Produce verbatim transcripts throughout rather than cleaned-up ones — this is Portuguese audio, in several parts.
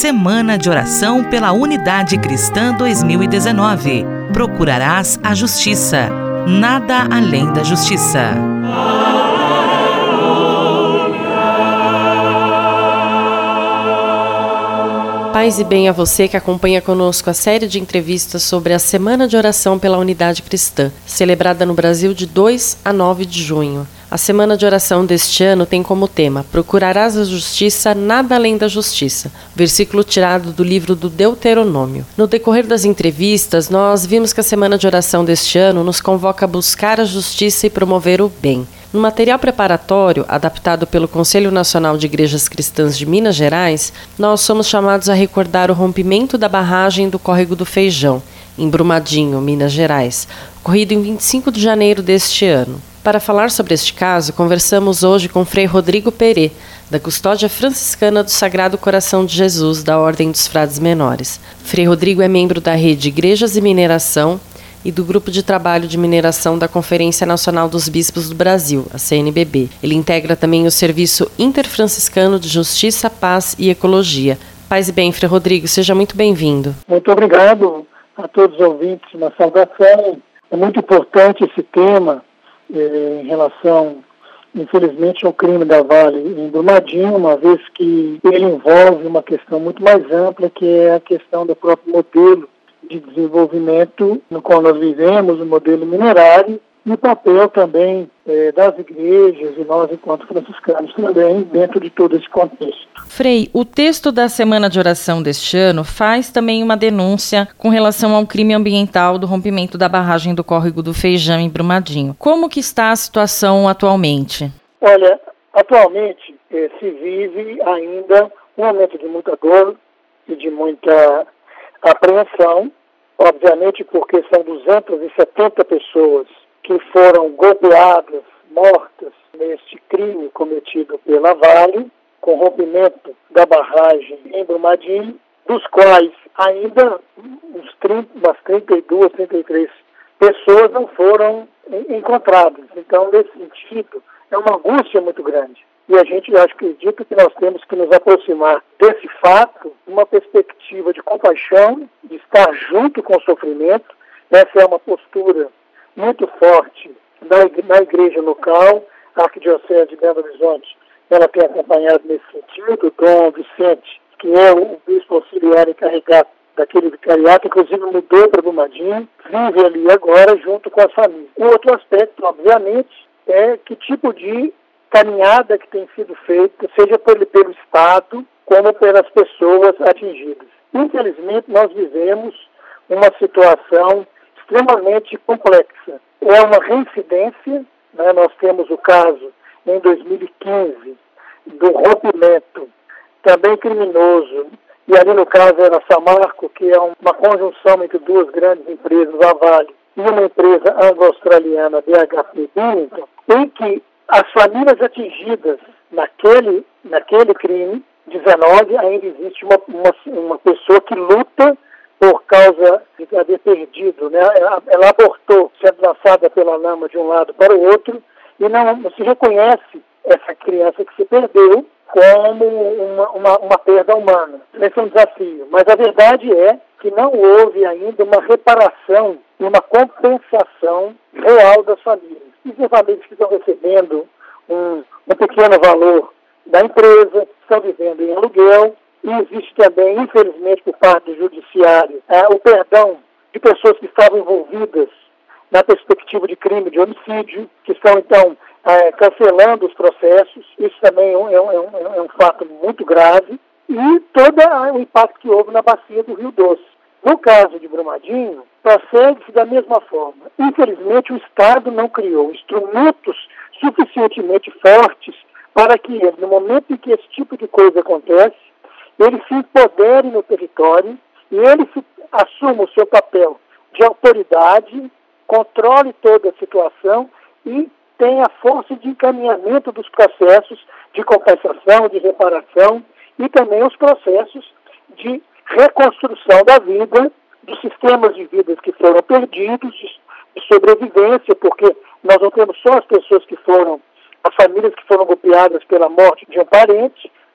Semana de Oração pela Unidade Cristã dois mil e dezenove. Procurarás a justiça, nada além da justiça. Paz e bem a você que acompanha conosco a série de entrevistas sobre a Semana de Oração pela Unidade Cristã, celebrada no Brasil de dois a nove de junho. A Semana de Oração deste ano tem como tema Procurarás a Justiça, nada além da justiça, versículo tirado do livro do Deuteronômio. No decorrer das entrevistas, nós vimos que a Semana de Oração deste ano nos convoca a buscar a justiça e promover o bem. No material preparatório, adaptado pelo Conselho Nacional de Igrejas Cristãs de Minas Gerais, nós somos chamados a recordar o rompimento da barragem do Córrego do Feijão, em Brumadinho, Minas Gerais, ocorrido em vinte e cinco de janeiro deste ano. Para falar sobre este caso, conversamos hoje com Frei Rodrigo Perê, da Custódia Franciscana do Sagrado Coração de Jesus, da Ordem dos Frades Menores. Frei Rodrigo é membro da Rede Igrejas e Mineração e do Grupo de Trabalho de Mineração da Conferência Nacional dos Bispos do Brasil, a C N B B. Ele integra também o Serviço Interfranciscano de Justiça, Paz e Ecologia. Paz e bem, Frei Rodrigo, seja muito bem-vindo. Muito obrigado a todos os ouvintes, uma saudação. É muito importante esse tema eh, em relação, infelizmente, ao crime da Vale em Brumadinho, uma vez que ele envolve uma questão muito mais ampla, que é a questão do próprio modelo de desenvolvimento no qual nós vivemos, o modelo minerário, e o papel também eh, das igrejas e nós, enquanto franciscanos, também dentro de todo esse contexto. Frei, o texto da Semana de Oração deste ano faz também uma denúncia com relação ao crime ambiental do rompimento da barragem do Córrego do Feijão em Brumadinho. Como que está a situação atualmente? Olha, atualmente eh, se vive ainda um momento de muita dor e de muita apreensão, obviamente porque são duzentas e setenta pessoas que foram golpeadas, mortas neste crime cometido pela Vale, com rompimento da barragem em Brumadinho, dos quais ainda uns trinta, umas trinta e duas, trinta e três pessoas não foram encontradas. Então, nesse sentido, é uma angústia muito grande. E a gente, eu acredito que nós temos que nos aproximar desse fato, uma perspectiva de compaixão, de estar junto com o sofrimento. Essa é uma postura muito forte na igreja local, a Arquidiocese de Belo Horizonte. Ela tem acompanhado nesse sentido. Dom Vicente, que é o bispo auxiliar encarregado daquele vicariato, inclusive mudou para Brumadinho, vive ali agora junto com a família. O outro aspecto, obviamente, é que tipo de caminhada que tem sido feita, seja pelo, pelo Estado, como pelas pessoas atingidas. Infelizmente, nós vivemos uma situação extremamente complexa. É uma reincidência, né? Nós temos o caso, em dois mil e quinze, do rompimento, também criminoso, e ali no caso era Samarco, que é uma conjunção entre duas grandes empresas, a Vale e uma empresa anglo-australiana, B H P Billiton, em que as famílias atingidas naquele, naquele crime, dezenove, ainda existe uma, uma, uma pessoa que luta por causa de haver perdido, né? Ela, ela abortou, sendo lançada pela lama de um lado para o outro, e não, não se reconhece essa criança que se perdeu como uma, uma, uma perda humana. Esse é um desafio. Mas a verdade é que não houve ainda uma reparação e uma compensação real das famílias. E as famílias que estão recebendo um, um pequeno valor da empresa, estão vivendo em aluguel, e existe também, infelizmente, por parte do judiciário, é, o perdão de pessoas que estavam envolvidas na perspectiva de crime de homicídio, que estão, então, é, cancelando os processos. Isso também é um, é, um, é um fato muito grave. E todo o impacto que houve na bacia do Rio Doce. No caso de Brumadinho, prossegue-se da mesma forma. Infelizmente, o Estado não criou instrumentos suficientemente fortes para que ele, no momento em que esse tipo de coisa acontece, ele se empodere no território e ele se, assuma o seu papel de autoridade, controle toda a situação e tenha força de encaminhamento dos processos de compensação, de reparação e também os processos de reconstrução da vida, dos sistemas de vida que foram perdidos, de sobrevivência, porque nós não temos só as pessoas que foram, as famílias que foram golpeadas pela morte de um parente,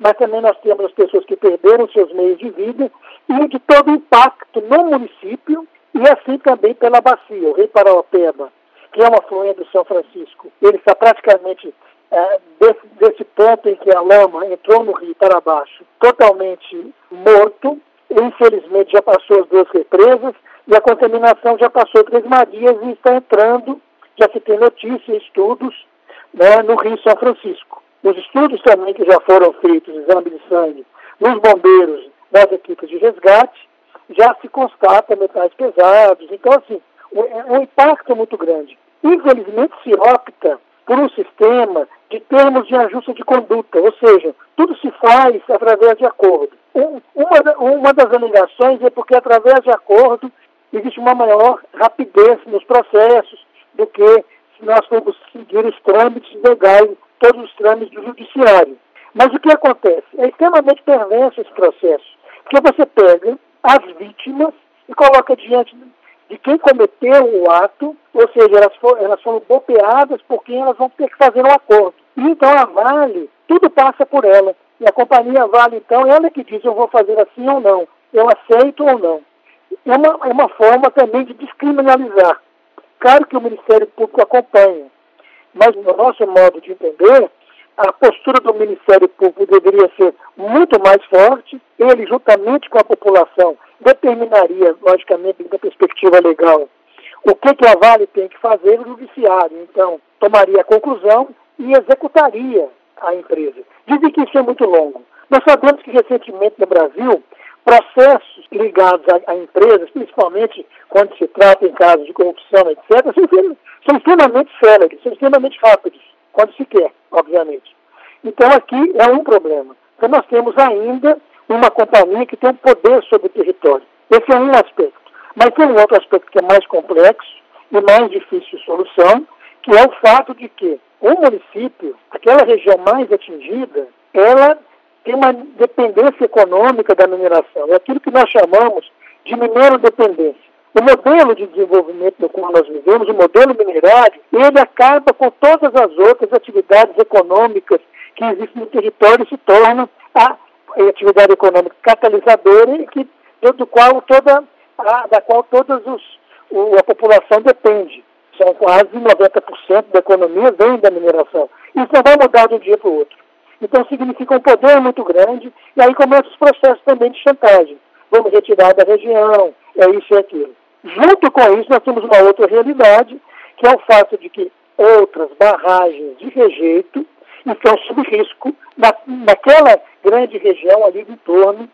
mas também nós temos as pessoas que perderam seus meios de vida e de todo o impacto no município e assim também pela bacia. O Rio Paraopeba, que é uma afluente do São Francisco, ele está praticamente é, desse, desse ponto em que a lama entrou no rio para baixo, totalmente morto. Infelizmente já passou as duas represas e a contaminação já passou Três Marias e está entrando, já se tem notícia e estudos, né, no Rio São Francisco. Os estudos também que já foram feitos, exame de sangue, nos bombeiros, nas equipes de resgate, já se constata metais pesados. Então, assim, um, um impacto é muito grande. Infelizmente, se opta por um sistema de termos de ajuste de conduta, ou seja, tudo se faz através de acordo. Um, uma, uma das alegações é porque, através de acordo, existe uma maior rapidez nos processos do que se nós formos seguir os trâmites legais, todos os trâmites do judiciário. Mas o que acontece? É extremamente perverso esse processo, porque você pega as vítimas e coloca diante de quem cometeu o ato, ou seja, elas foram, elas foram golpeadas por quem elas vão ter que fazer um acordo. E então a Vale, tudo passa por ela. E a companhia Vale, então, ela é que diz eu vou fazer assim ou não, eu aceito ou não. É uma, é uma forma também de descriminalizar. Claro que o Ministério Público acompanha, mas no nosso modo de entender, a postura do Ministério Público deveria ser muito mais forte. Ele, juntamente com a população, determinaria, logicamente, da perspectiva legal, o que, que a Vale tem que fazer no judiciário. Então, tomaria a conclusão e executaria a empresa. Dizem que isso é muito longo. Nós sabemos que, recentemente, no Brasil, processos ligados a, a empresas, principalmente quando se trata em casos de corrupção, etcétera, são, são extremamente céleres, são extremamente rápidos, quando se quer, obviamente. Então, aqui é um problema. Então, nós temos ainda uma companhia que tem um poder sobre o território. Esse é um aspecto. Mas tem um outro aspecto que é mais complexo e mais difícil de solução, que é o fato de que o município, aquela região mais atingida, ela tem uma dependência econômica da mineração. É aquilo que nós chamamos de minero-dependência. O modelo de desenvolvimento no qual nós vivemos, o modelo minerário, ele acaba com todas as outras atividades econômicas que existem no território e se torna a atividade econômica catalisadora e que, do qual toda, a, da qual todas os, o, a população depende. São quase noventa por cento da economia vem da mineração. Isso não vai mudar de um dia para o outro. Então significa um poder muito grande e aí começam os processos também de chantagem. Vamos retirar da região, é isso e aquilo. Junto com isso, nós temos uma outra realidade, que é o fato de que outras barragens de rejeito estão sob risco na, naquela grande região ali em torno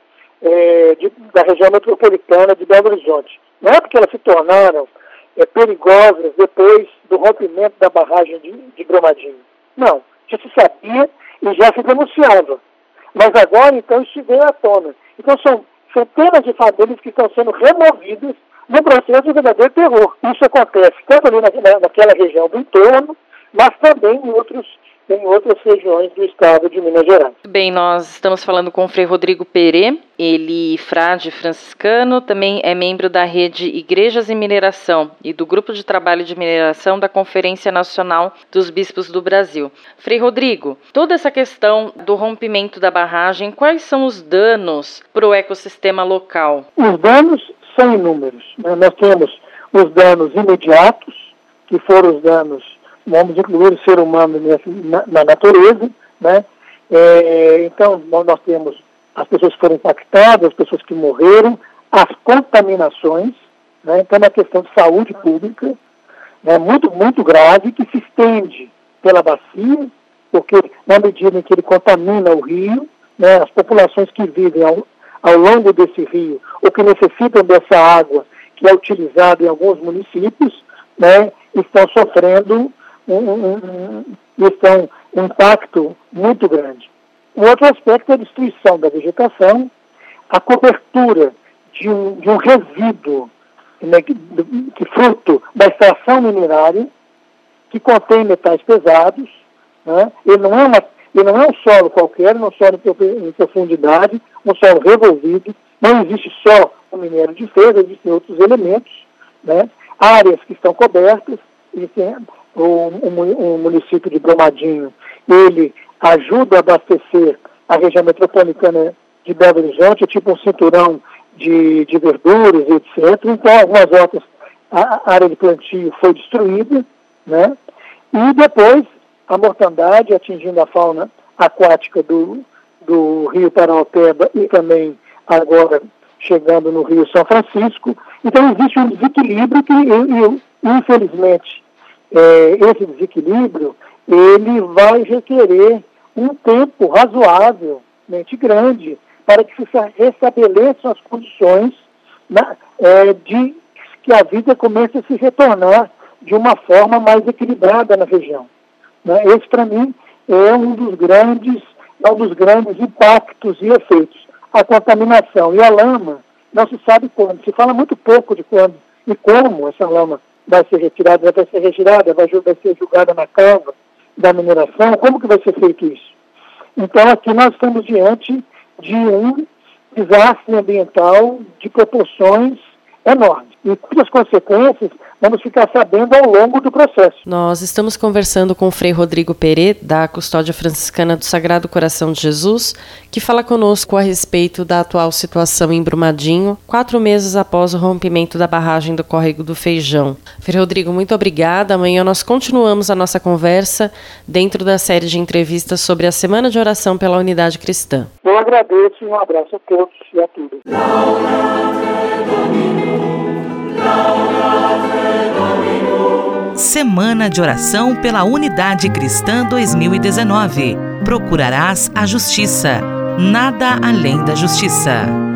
é, de, da região metropolitana de Belo Horizonte. Não é porque elas se tornaram é, perigosas depois do rompimento da barragem de, de Brumadinho. Não, já se sabia e já se denunciava. Mas agora, então, isso veio à tona. Então, são centenas de famílias que estão sendo removidas no processo de verdadeiro terror. Isso acontece tanto ali na, naquela região do entorno, mas também em, outros, em outras regiões do estado de Minas Gerais. Bem, nós estamos falando com o Frei Rodrigo Perê, ele frade franciscano, também é membro da rede Igrejas em Mineração e do Grupo de Trabalho de Mineração da Conferência Nacional dos Bispos do Brasil. Frei Rodrigo, toda essa questão do rompimento da barragem, quais são os danos para o ecossistema local? Os danos são inúmeros. Né? Nós temos os danos imediatos, que foram os danos, vamos incluir o ser humano na, na natureza, né? É, então, nós temos as pessoas que foram impactadas, as pessoas que morreram, as contaminações, né? Então, é uma questão de saúde pública, né? muito, muito grave, que se estende pela bacia, porque na medida em que ele contamina o rio, né? As populações que vivem ao, ao longo desse rio, ou que necessitam dessa água, que é utilizada em alguns municípios, né? Estão sofrendo um, um, um, estão um impacto muito grande. Um outro aspecto é a destruição da vegetação, a cobertura de um, de um resíduo, né, que, que fruto da extração minerária, que contém metais pesados, né? Ele não é uma, ele não é um solo qualquer, não é um solo em profundidade, um solo revolvido, não existe só o minério de ferro, existem outros elementos, né? Áreas que estão cobertas, existem, o, o, o município de Brumadinho, ele ajuda a abastecer a região metropolitana de Belo Horizonte, é tipo um cinturão de, de verduras, etcétera. Então, algumas hortas, a, a área de plantio foi destruída, né? E depois, a mortandade atingindo a fauna aquática do, do Rio Paraopeba e também agora chegando no Rio São Francisco. Então, existe um desequilíbrio que, eu, eu, infelizmente, é, esse desequilíbrio, ele vai requerer um tempo razoavelmente grande para que se restabeleçam as condições, né, é, de que a vida comece a se retornar de uma forma mais equilibrada na região. Né? Esse, para mim, é um dos grandes, é um dos grandes impactos e efeitos. A contaminação e a lama, não se sabe quando, se fala muito pouco de quando e como essa lama vai ser retirada, vai ser retirada, vai, vai ser julgada na cava da mineração, como que vai ser feito isso? Então, aqui nós estamos diante de um desastre ambiental de proporções enormes. E cujas consequências vamos ficar sabendo ao longo do processo. Nós estamos conversando com o Frei Rodrigo Perê, da Custódia Franciscana do Sagrado Coração de Jesus, que fala conosco a respeito da atual situação em Brumadinho, quatro meses após o rompimento da barragem do Córrego do Feijão. Frei Rodrigo, muito obrigada. Amanhã nós continuamos a nossa conversa dentro da série de entrevistas sobre a Semana de Oração pela Unidade Cristã. Eu agradeço e um abraço a todos e a todas. Semana de Oração pela Unidade Cristã dois mil e dezenove. Procurarás a justiça. Nada além da justiça.